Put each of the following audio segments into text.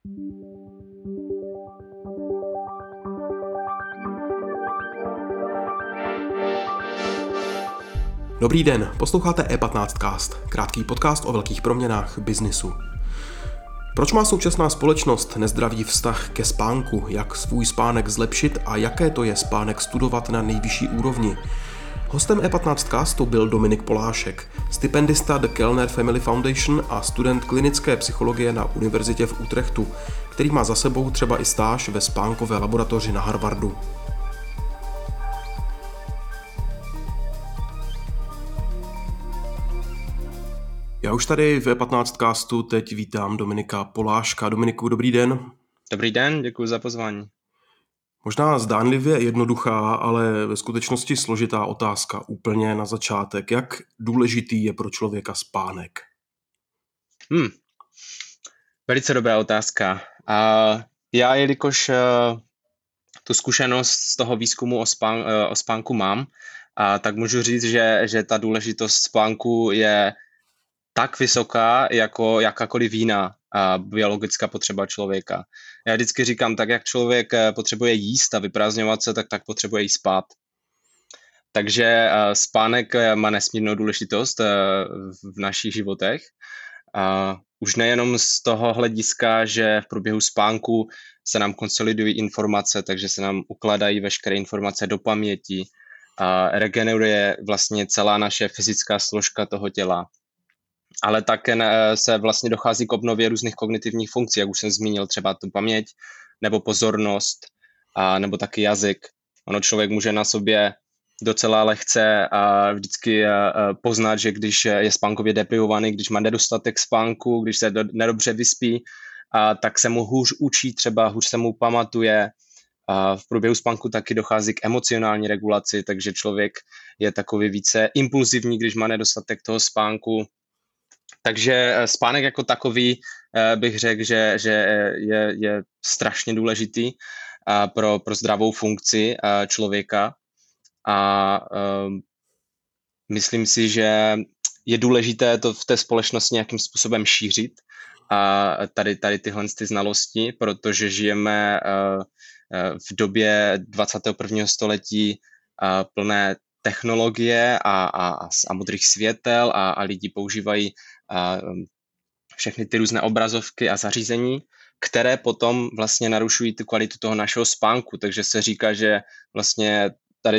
Dobrý den, posloucháte E15cast, krátký podcast o velkých proměnách biznisu. Proč má současná společnost nezdravý vztah ke spánku, jak svůj spánek zlepšit a jaké to je spánek studovat na nejvyšší úrovni? Hostem E15castu byl Dominik Polášek, stipendista The Kellner Family Foundation a student klinické psychologie na univerzitě v Utrechtu, který má za sebou třeba i stáž ve spánkové laboratoři na Harvardu. Já už tady v E15castu teď vítám Dominika Poláška. Dominiku, dobrý den. Dobrý den, děkuji za pozvání. Možná zdánlivě jednoduchá, ale ve skutečnosti složitá otázka úplně na začátek. Jak důležitý je pro člověka spánek? Velice dobrá otázka. Já, jelikož tu zkušenost z toho výzkumu o spánku mám, tak můžu říct, že ta důležitost spánku je tak vysoká, jako jakákoliv jiná biologická potřeba člověka. Já vždycky říkám, tak jak člověk potřebuje jíst a vyprázdňovat se, tak potřebuje i spát. Takže spánek má nesmírnou důležitost v našich životech. Už nejenom z toho hlediska, že v průběhu spánku se nám konsolidují informace, takže se nám ukládají veškeré informace do paměti, regeneruje vlastně celá naše fyzická složka toho těla. Ale také se vlastně dochází k obnově různých kognitivních funkcí, jak už jsem zmínil, třeba tu paměť, nebo pozornost, nebo taky jazyk. Ono člověk může na sobě docela lehce vždycky poznat, že když je spánkově deprivovaný, když má nedostatek spánku, když se nedobře vyspí, tak se mu hůř učí, třeba hůř se mu pamatuje. V průběhu spánku taky dochází k emocionální regulaci, takže člověk je takový více impulzivní, když má nedostatek toho spánku. Takže spánek jako takový bych řekl, že je strašně důležitý pro zdravou funkci člověka a myslím si, že je důležité to v té společnosti nějakým způsobem šířit a tady tyhle znalosti, protože žijeme v době 21. století plné technologie a modrých světel a lidi používají všechny ty různé obrazovky a zařízení, které potom vlastně narušují tu kvalitu toho našeho spánku. Takže se říká, že vlastně tady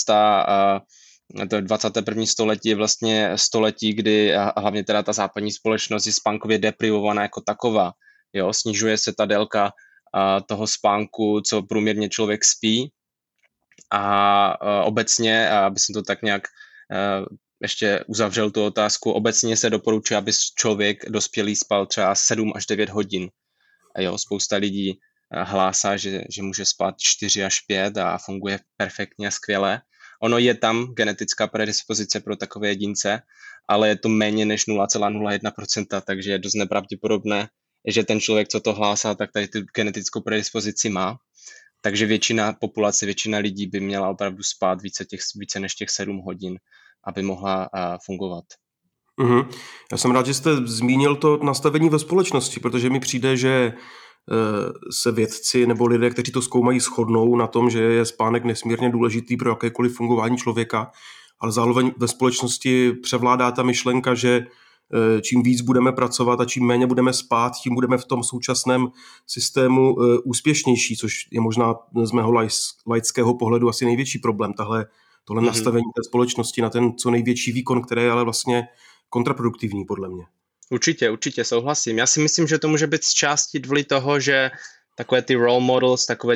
to 21. století je vlastně století, kdy hlavně teda ta západní společnost je spánkově deprivovaná jako taková. Jo? Snižuje se ta délka toho spánku, co průměrně člověk spí. A obecně, aby jsem to tak nějak ještě uzavřel tu otázku, obecně se doporučuje, aby člověk dospělý spal třeba 7 až 9 hodin. A jo, spousta lidí hlásá, že může spát 4 až 5 a funguje perfektně a skvěle. Ono je tam genetická predispozice pro takové jedince, ale je to méně než 0,01%, takže je dost nepravděpodobné, že ten člověk, co to hlásá, tak tady tu genetickou predispozici má. Takže většina populace, většina lidí by měla opravdu spát více než těch 7 hodin, aby mohla fungovat. Já jsem rád, že jste zmínil to nastavení ve společnosti, protože mi přijde, že se vědci nebo lidé, kteří to zkoumají, shodnou na tom, že je spánek nesmírně důležitý pro jakékoliv fungování člověka, ale zároveň ve společnosti převládá ta myšlenka, že čím víc budeme pracovat a čím méně budeme spát, tím budeme v tom současném systému úspěšnější, což je možná z mého laického pohledu asi největší problém, tohle nastavení té společnosti na ten co největší výkon, který je ale vlastně kontraproduktivní podle mě. Určitě souhlasím. Já si myslím, že to může být z části kvůli toho, že takové ty role models, takové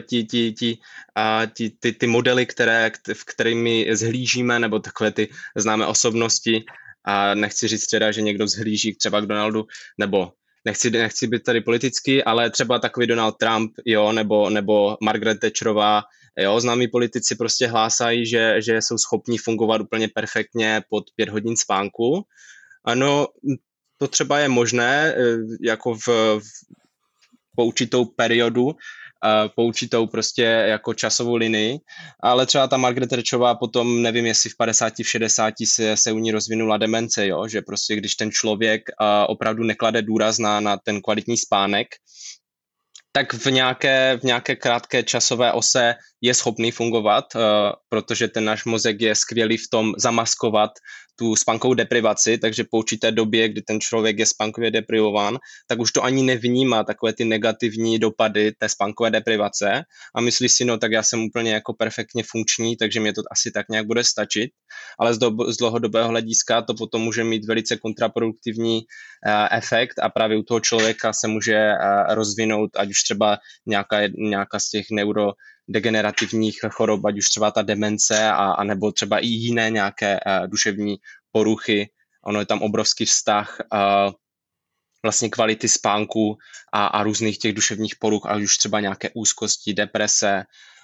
ty modely, v kterými zhlížíme, nebo takové ty známé osobnosti, a nechci říct teda, že někdo zhlíží třeba k Donaldu, nebo nechci být tady politický, ale třeba takový Donald Trump, jo, nebo Margaret Thatcherová, jo, známí politici prostě hlásají, že jsou schopni fungovat úplně perfektně pod 5 hodin spánku. Ano, to třeba je možné, jako po určitou periodu, po určitou prostě jako časovou linii, ale třeba ta Margaret Thatcherová potom, nevím, jestli v 50, v 60 se u ní rozvinula demence, jo? Že prostě když ten člověk opravdu neklade důraz na ten kvalitní spánek, tak v nějaké krátké časové ose je schopný fungovat, protože ten náš mozek je skvělý v tom zamaskovat tu spánkovou deprivaci, takže po určité době, kdy ten člověk je spánkově deprivován, tak už to ani nevnímá takové ty negativní dopady té spánkové deprivace a myslí si, no tak já jsem úplně jako perfektně funkční, takže mě to asi tak nějak bude stačit, ale z dlouhodobého hlediska to potom může mít velice kontraproduktivní efekt a právě u toho člověka se může rozvinout, ať už třeba nějaká z těch neurodegenerativních chorob, ať už třeba ta demence a nebo třeba i jiné nějaké duševní poruchy. Ono je tam obrovský vztah vlastně kvality spánku a různých těch duševních poruch, ať už třeba nějaké úzkosti, deprese,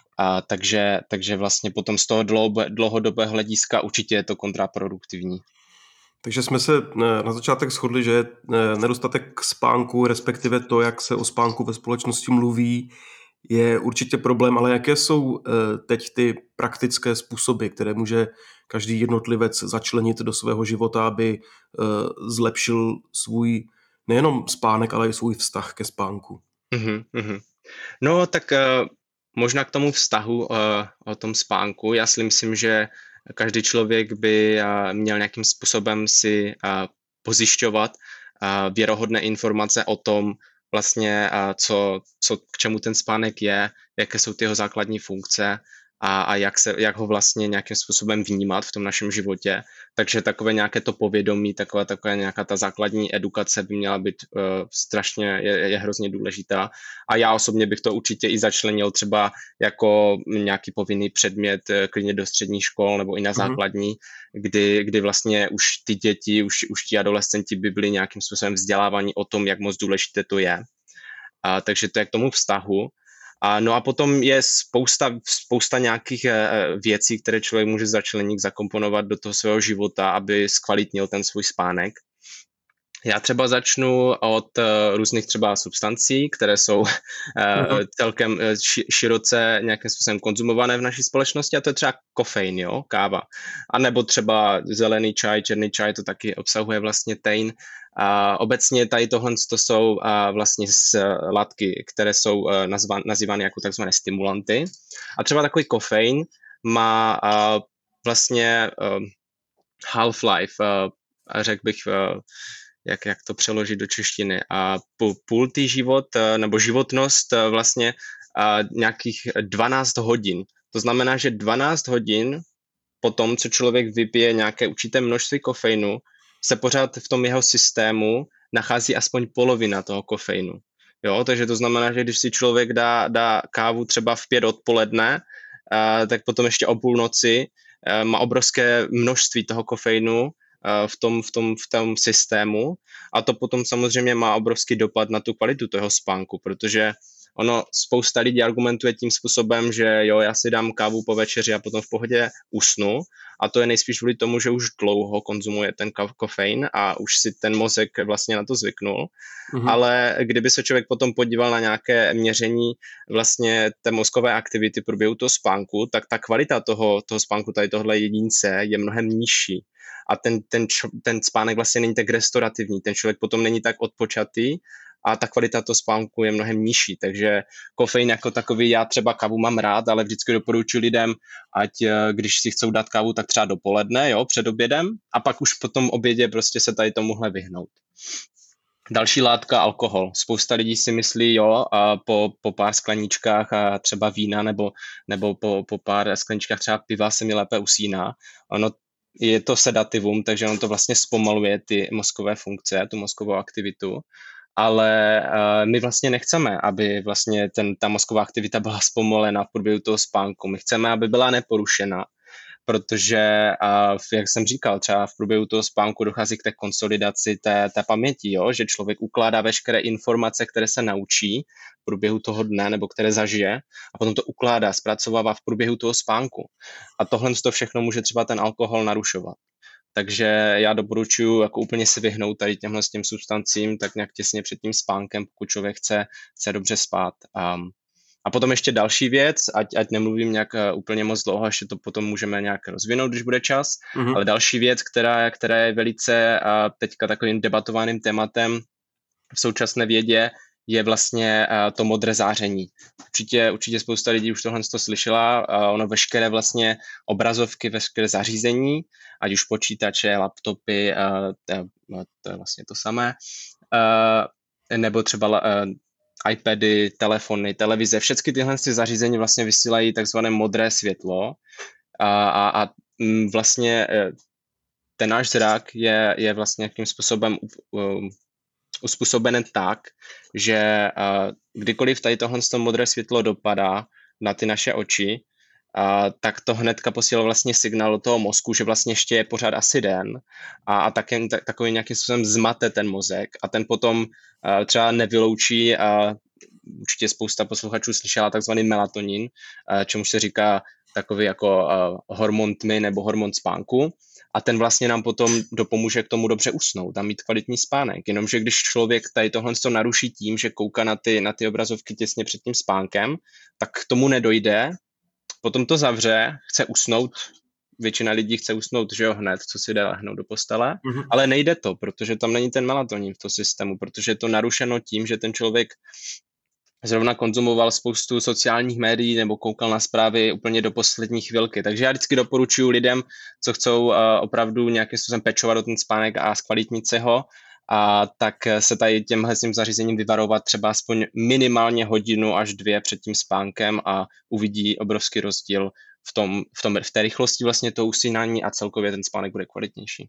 takže vlastně potom z toho dlouhodobého hlediska určitě je to kontraproduktivní. Takže jsme se na začátek shodli, že nedostatek spánku, respektive to, jak se o spánku ve společnosti mluví, je určitě problém, ale jaké jsou teď ty praktické způsoby, které může každý jednotlivec začlenit do svého života, aby zlepšil svůj nejenom spánek, ale i svůj vztah ke spánku? No tak možná k tomu vztahu o tom spánku. Já si myslím, že každý člověk by měl nějakým způsobem si pozjišťovat věrohodné informace o tom, vlastně k čemu ten spánek je, jaké jsou ty jeho základní funkce a jak ho vlastně nějakým způsobem vnímat v tom našem životě. Takže takové nějaké to povědomí, taková nějaká ta základní edukace by měla být strašně, je hrozně důležitá. A já osobně bych to určitě i začlenil třeba jako nějaký povinný předmět klidně do středních škol nebo i na základní, kdy vlastně už ty děti, už ti adolescenti by byli nějakým způsobem vzdělávaní o tom, jak moc důležité to je. Takže to je k tomu vztahu. No a potom je spousta nějakých věcí, které člověk může začlenit, zakomponovat do toho svého života, aby zkvalitnil ten svůj spánek. Já třeba začnu od různých třeba substancí, které jsou celkem široce nějakým způsobem konzumované v naší společnosti, a to je třeba kofein, jo, káva. A nebo třeba zelený čaj, černý čaj, to taky obsahuje vlastně tein. Obecně tady tohle to jsou vlastně látky, které jsou nazývány jako takzvané stimulanty. A třeba takový kofein má vlastně half-life, řekl bych, jak to přeložit do češtiny. A půltý život nebo životnost vlastně nějakých 12 hodin. To znamená, že 12 hodin po tom, co člověk vypije nějaké určité množství kofeinu, se pořád v tom jeho systému nachází aspoň polovina toho kofeinu. Jo, takže to znamená, že když si člověk dá kávu třeba v 5 odpoledne, tak potom ještě o půlnoci má obrovské množství toho kofeinu v tom systému, a to potom samozřejmě má obrovský dopad na tu kvalitu toho spánku, protože spousta lidí argumentuje tím způsobem, že jo, já si dám kávu po večeři a potom v pohodě usnu, a to je nejspíš kvůli tomu, že už dlouho konzumuje ten kofein a už si ten mozek vlastně na to zvyknul. Ale kdyby se člověk potom podíval na nějaké měření vlastně té mozkové aktivity v průběhu toho spánku, tak ta kvalita toho spánku tady tohle jedince je mnohem nižší. A ten spánek vlastně není tak restaurativní, ten člověk potom není tak odpočatý a ta kvalita toho spánku je mnohem nižší, takže kofein jako takový, já třeba kávu mám rád, ale vždycky doporučuji lidem, ať když si chcou dát kávu, tak třeba dopoledne, jo, před obědem, a pak už po tom obědě prostě se tady tomuhle vyhnout. Další látka, alkohol. Spousta lidí si myslí, jo, a po pár skleničkách a třeba vína nebo po pár skleničkách třeba piva se mi lépe usíná. Ono je to sedativum, takže on to vlastně zpomaluje ty mozkové funkce, tu mozkovou aktivitu, ale my vlastně nechceme, aby vlastně ta mozková aktivita byla zpomalena v průběhu toho spánku. My chceme, aby byla neporušena, protože, jak jsem říkal, třeba v průběhu toho spánku dochází k té konsolidaci té paměti, jo? Že člověk ukládá veškeré informace, které se naučí v průběhu toho dne nebo které zažije, a potom to ukládá, zpracovává v průběhu toho spánku. A tohle to všechno může třeba ten alkohol narušovat. Takže já doporučuji jako úplně si vyhnout tady těmhle s těm substancím tak nějak těsně před tím spánkem, pokud člověk chce dobře spát. A potom ještě další věc, ať nemluvím nějak úplně moc dlouho, ještě to potom můžeme nějak rozvinout, když bude čas, ale další věc, která je velice teďka takovým debatovaným tématem v současné vědě, je vlastně to modré záření. Určitě spousta lidí už tohle slyšela, ono veškeré vlastně obrazovky, veškeré zařízení, ať už počítače, laptopy, to je vlastně to samé, nebo třeba iPady, telefony, televize, všechny tyhle zařízení vlastně vysílají takzvané modré světlo a vlastně ten náš zrak je vlastně nějakým způsobem uspůsoben tak, že kdykoliv tady tohle modré světlo dopadá na ty naše oči, tak to hnedka posílá vlastně signál do toho mozku, že vlastně ještě je pořád asi den a takový nějakým způsobem zmate ten mozek a ten potom třeba nevyloučí, určitě spousta posluchačů slyšela takzvaný melatonin, čemu se říká takový jako hormon tmy nebo hormon spánku a ten vlastně nám potom dopomůže k tomu dobře usnout a mít kvalitní spánek. Jenomže když člověk tady tohle naruší tím, že kouká na ty obrazovky těsně před tím spánkem, tak k tomu nedojde, potom to zavře, chce usnout, většina lidí chce usnout, že jo, hned, co si jde lehnout do postele, ale nejde to, protože tam není ten melatonin v tom systému, protože je to narušeno tím, že ten člověk zrovna konzumoval spoustu sociálních médií nebo koukal na zprávy úplně do poslední chvilky. Takže já vždycky doporučuji lidem, co chcou opravdu nějakým způsobem pečovat o ten spánek a zkvalitnit se ho, tak se tady těmhle zařízením vyvarovat třeba aspoň minimálně hodinu až 2 před tím spánkem a uvidí obrovský rozdíl v té rychlosti vlastně toho usínání a celkově ten spánek bude kvalitnější.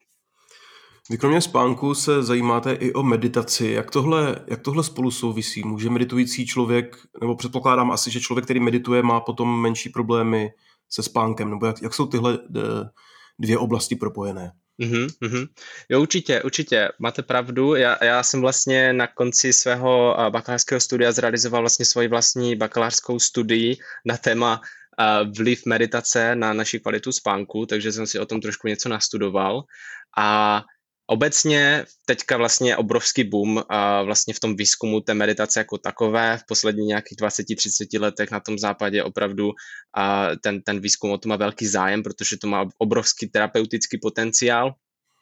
Vy kromě spánku se zajímáte i o meditaci. Jak tohle spolu souvisí? Může meditující člověk, nebo předpokládám asi, že člověk, který medituje, má potom menší problémy se spánkem, nebo jak jsou tyhle dvě oblasti propojené? Jo, určitě, máte pravdu. Já jsem vlastně na konci svého bakalářského studia zrealizoval vlastně svoji vlastní bakalářskou studii na téma vliv meditace na naši kvalitu spánku, takže jsem si o tom trošku něco nastudoval a obecně teďka vlastně obrovský boom vlastně v tom výzkumu té meditace jako takové. V posledních nějakých 20-30 letech na tom západě opravdu ten výzkum o tom má velký zájem, protože to má obrovský terapeutický potenciál.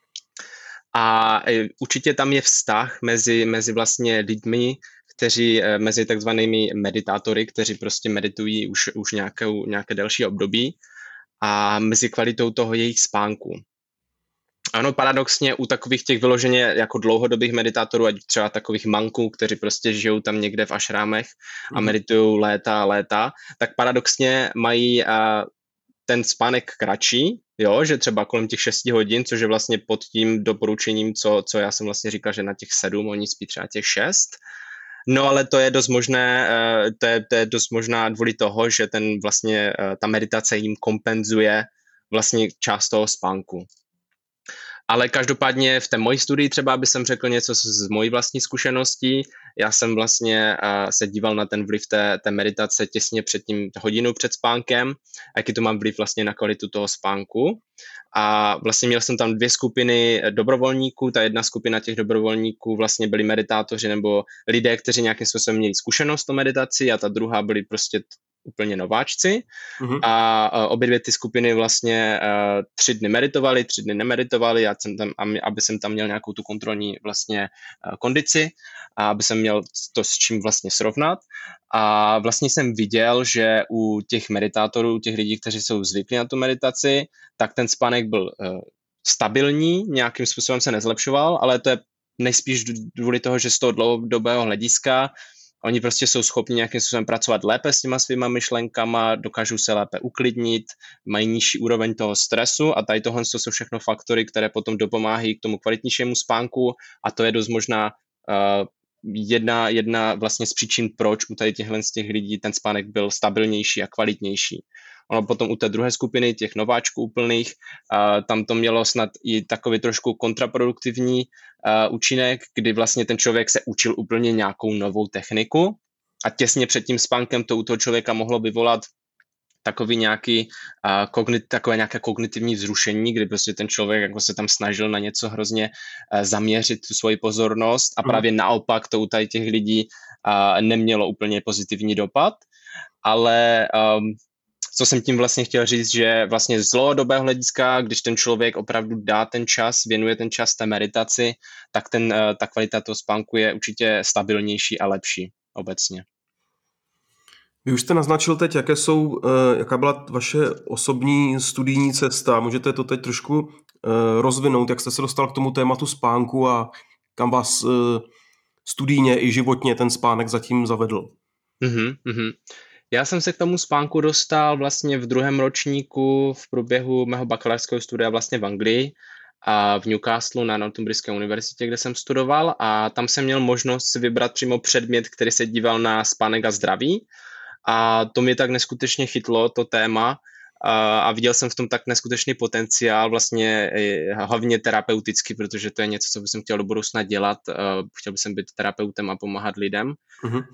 A určitě tam je vztah mezi vlastně lidmi, mezi takzvanými meditátory, kteří prostě meditují už nějaké delší období a mezi kvalitou toho jejich spánku. Ano, paradoxně u takových těch vyloženě jako dlouhodobých meditátorů, ať třeba takových manků, kteří prostě žijou tam někde v ašrámech a meditují léta a léta, tak paradoxně mají ten spánek kratší, jo, že třeba kolem těch 6 hodin, což je vlastně pod tím doporučením, co já jsem vlastně říkal, že na těch 7, oni spí třeba těch 6. No ale to je dost možné, to je dost možná kvůli toho, že ta meditace jim kompenzuje vlastně část toho spánku. Ale každopádně v té mojí studii třeba, aby jsem řekl něco z mojí vlastní zkušeností, já jsem vlastně se díval na ten vliv té meditace těsně hodinu před spánkem, jaký to má vliv vlastně na kvalitu toho spánku. A vlastně měl jsem tam 2 skupiny dobrovolníků, ta jedna skupina těch dobrovolníků vlastně byli meditátoři nebo lidé, kteří nějakým způsobem měli zkušenost o meditaci a ta druhá byli prostě úplně nováčci a obě 2 ty skupiny vlastně 3 dny meditovali, 3 dny nemeditovali, aby jsem tam měl nějakou tu kontrolní vlastně kondici a aby jsem měl to s čím vlastně srovnat a vlastně jsem viděl, že u těch meditátorů, těch lidí, kteří jsou zvyklí na tu meditaci, tak ten spánek byl stabilní, nějakým způsobem se nezlepšoval, ale to je nejspíš kvůli toho, že z toho dlouhodobého hlediska oni prostě jsou schopni nějakým způsobem pracovat lépe s těma svýma myšlenkama, dokážou se lépe uklidnit, mají nižší úroveň toho stresu a tady tohle jsou všechno faktory, které potom dopomáhají k tomu kvalitnějšímu spánku a to je dost možná jedna vlastně z příčin, proč u tady těchhle z těch lidí ten spánek byl stabilnější a kvalitnější. Ono potom u té druhé skupiny, těch nováčků úplných, tam to mělo snad i takový trošku kontraproduktivní účinek, kdy vlastně ten člověk se učil úplně nějakou novou techniku a těsně před tím spánkem to u toho člověka mohlo vyvolat takový takové nějaké kognitivní vzrušení, kdy prostě ten člověk jako se tam snažil na něco hrozně zaměřit tu svoji pozornost a právě naopak to u tady těch lidí nemělo úplně pozitivní dopad, ale co jsem tím vlastně chtěl říct, že vlastně z dlouhodobého hlediska, když ten člověk opravdu dá ten čas, věnuje ten čas té meditaci, tak ta kvalita toho spánku je určitě stabilnější a lepší obecně. Vy už jste naznačil teď, jaká byla vaše osobní studijní cesta. Můžete to teď trošku rozvinout, jak jste se dostal k tomu tématu spánku a kam vás studijně i životně ten spánek zatím zavedl? Mm-hmm. Já jsem se k tomu spánku dostal vlastně v 2. ročníku v průběhu mého bakalářského studia vlastně v Anglii a v Newcastlu na Northumberské univerzitě, kde jsem studoval, a tam jsem měl možnost si vybrat přímo předmět, který se díval na spánek a zdraví, a to mě tak neskutečně chytlo, to téma, a viděl jsem v tom tak neskutečný potenciál, vlastně hlavně terapeuticky, protože to je něco, co bych chtěl do budoucna dělat. Chtěl bych být terapeutem a pomáhat lidem. Mm-hmm.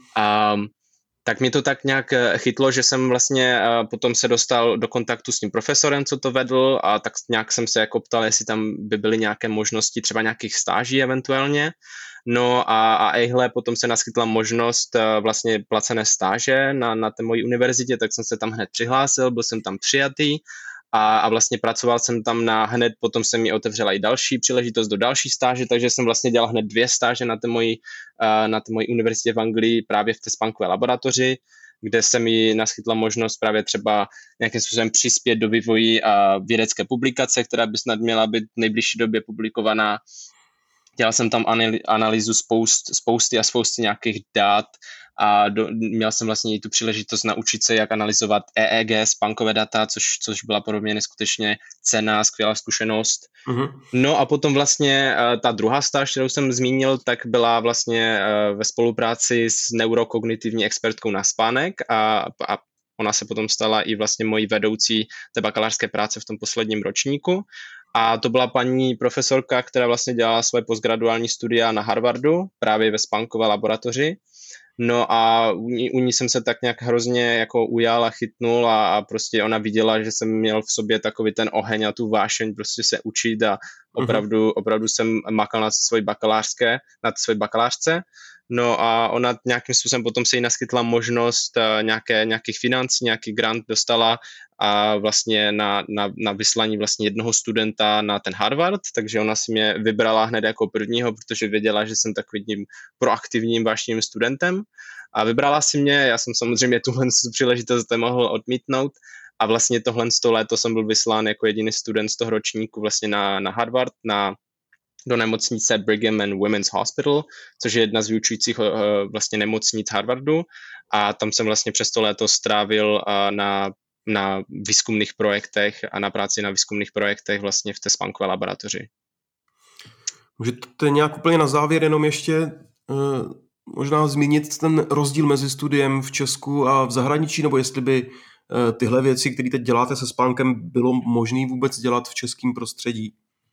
Tak mě to tak nějak chytlo, že jsem vlastně potom se dostal do kontaktu s tím profesorem, co to vedl, a tak nějak jsem se jako ptal, jestli tam by byly nějaké možnosti třeba nějakých stáží eventuálně. No a potom se naskytla možnost vlastně placené stáže na té mojí univerzitě, tak jsem se tam hned přihlásil, byl jsem tam přijatý a vlastně pracoval jsem tam hned, potom se mi otevřela i další příležitost do další stáže, takže jsem vlastně dělal hned 2 stáže na té mojí univerzitě v Anglii právě v té spánkové laboratoři, kde se mi naskytla možnost právě třeba nějakým způsobem přispět do vývoji vědecké publikace, která by snad měla být v nejbližší době publikovaná. Dělal jsem tam analýzu spousty nějakých dat a měl jsem vlastně i tu příležitost naučit se, jak analyzovat EEG, spánkové data, což byla pro mě neskutečně cenná, skvělá zkušenost. Mm-hmm. No a potom vlastně ta druhá stáž, kterou jsem zmínil, tak byla vlastně ve spolupráci s neurokognitivní expertkou na spánek a ona se potom stala i vlastně mojí vedoucí té bakalářské práce v tom posledním ročníku. A to byla paní profesorka, která vlastně dělala svoje postgraduální studia na Harvardu, právě ve spánkové laboratoři. No a u ní jsem se tak nějak hrozně jako ujal a chytnul a prostě ona viděla, že jsem měl v sobě takový ten oheň a tu vášeň prostě se učit a opravdu jsem makal na své bakalářce. No a ona nějakým způsobem potom se jí naskytla možnost nějakých financí, nějaký grant dostala a vlastně na vyslání vlastně jednoho studenta na ten Harvard, takže ona si mě vybrala hned jako prvního, protože věděla, že jsem takovým proaktivním vášnivým studentem, a vybrala si mě. Já jsem samozřejmě tuhle příležitost nemohl odmítnout a vlastně tohle léto jsem byl vyslán jako jediný student z toho ročníku vlastně na Harvard, do nemocnice Brigham and Women's Hospital, což je jedna z vyučujících vlastně nemocnic Harvardu, a tam jsem vlastně přes to léto strávil na výzkumných projektech a na práci na výzkumných projektech vlastně v té spánkové laboratoři. Můžete nějak úplně na závěr jenom ještě možná zmínit ten rozdíl mezi studiem v Česku a v zahraničí, nebo jestli by tyhle věci, které teď děláte se spánkem, bylo možné vůbec dělat v českém prostředí?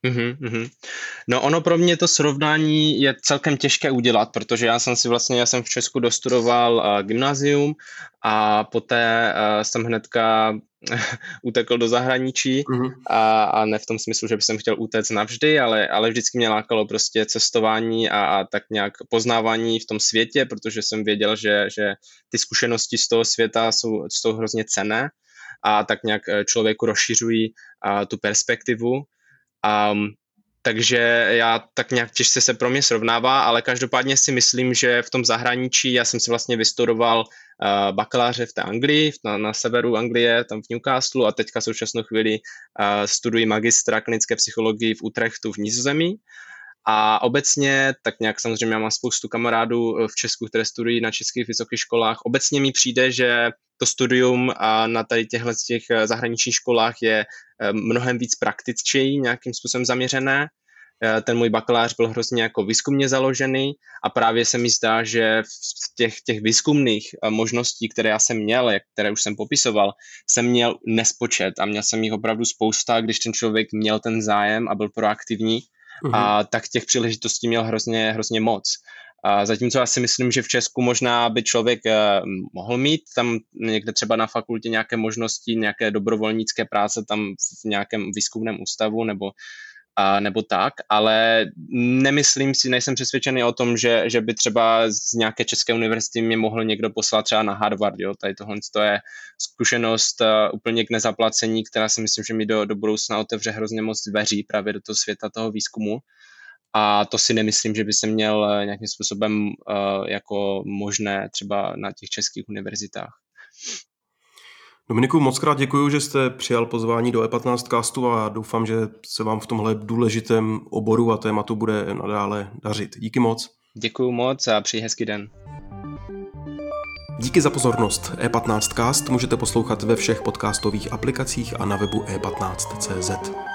No ono pro mě to srovnání je celkem těžké udělat, protože já jsem v Česku dostudoval gymnázium a poté jsem hnedka utekl do zahraničí a ne v tom smyslu, že bych chtěl utéct navždy, ale vždycky mě lákalo prostě cestování a tak nějak poznávání v tom světě, protože jsem věděl, že ty zkušenosti z toho světa jsou hrozně cenné a tak nějak člověku rozšiřují tu perspektivu. Takže já tak nějak těžce se pro mě srovnává, ale každopádně si myslím, že v tom zahraničí, já jsem si vlastně vystudoval bakaláře v té Anglii, na severu Anglie, tam v Newcastlu, a teďka v současnou chvíli studuji magistra klinické psychologii v Utrechtu v Nizozemí. A obecně, tak nějak samozřejmě já mám spoustu kamarádů v Česku, které studují na českých vysokých školách. Obecně mi přijde, že to studium na tady těch zahraničních školách je mnohem víc praktičtěji, nějakým způsobem zaměřené. Ten můj bakalář byl hrozně jako výzkumně založený a právě se mi zdá, že v těch výzkumných možností, které já jsem měl, které už jsem popisoval, jsem měl nespočet a měl jsem jich opravdu spousta, když ten člověk měl ten zájem a byl proaktivní, a tak těch příležitostí měl hrozně moc. A zatímco já si myslím, že v Česku možná by člověk mohl mít tam někde třeba na fakultě nějaké možnosti, nějaké dobrovolnické práce tam v nějakém výzkumném ústavu nebo nebo tak, ale nejsem přesvědčený o tom, že by třeba z nějaké české univerzity mě mohl někdo poslat třeba na Harvard, jo, tady tohle je zkušenost úplně k nezaplacení, která si myslím, že mi do budoucna otevře hrozně moc dveří právě do toho světa toho výzkumu. A to si nemyslím, že by se měl nějakým způsobem jako možné třeba na těch českých univerzitách. Dominiku, moc krát děkuji, že jste přijal pozvání do E15 castu a doufám, že se vám v tomhle důležitém oboru a tématu bude nadále dařit. Díky moc. Děkuji moc a přeji hezký den. Díky za pozornost. E15 cast můžete poslouchat ve všech podcastových aplikacích a na webu e15.cz.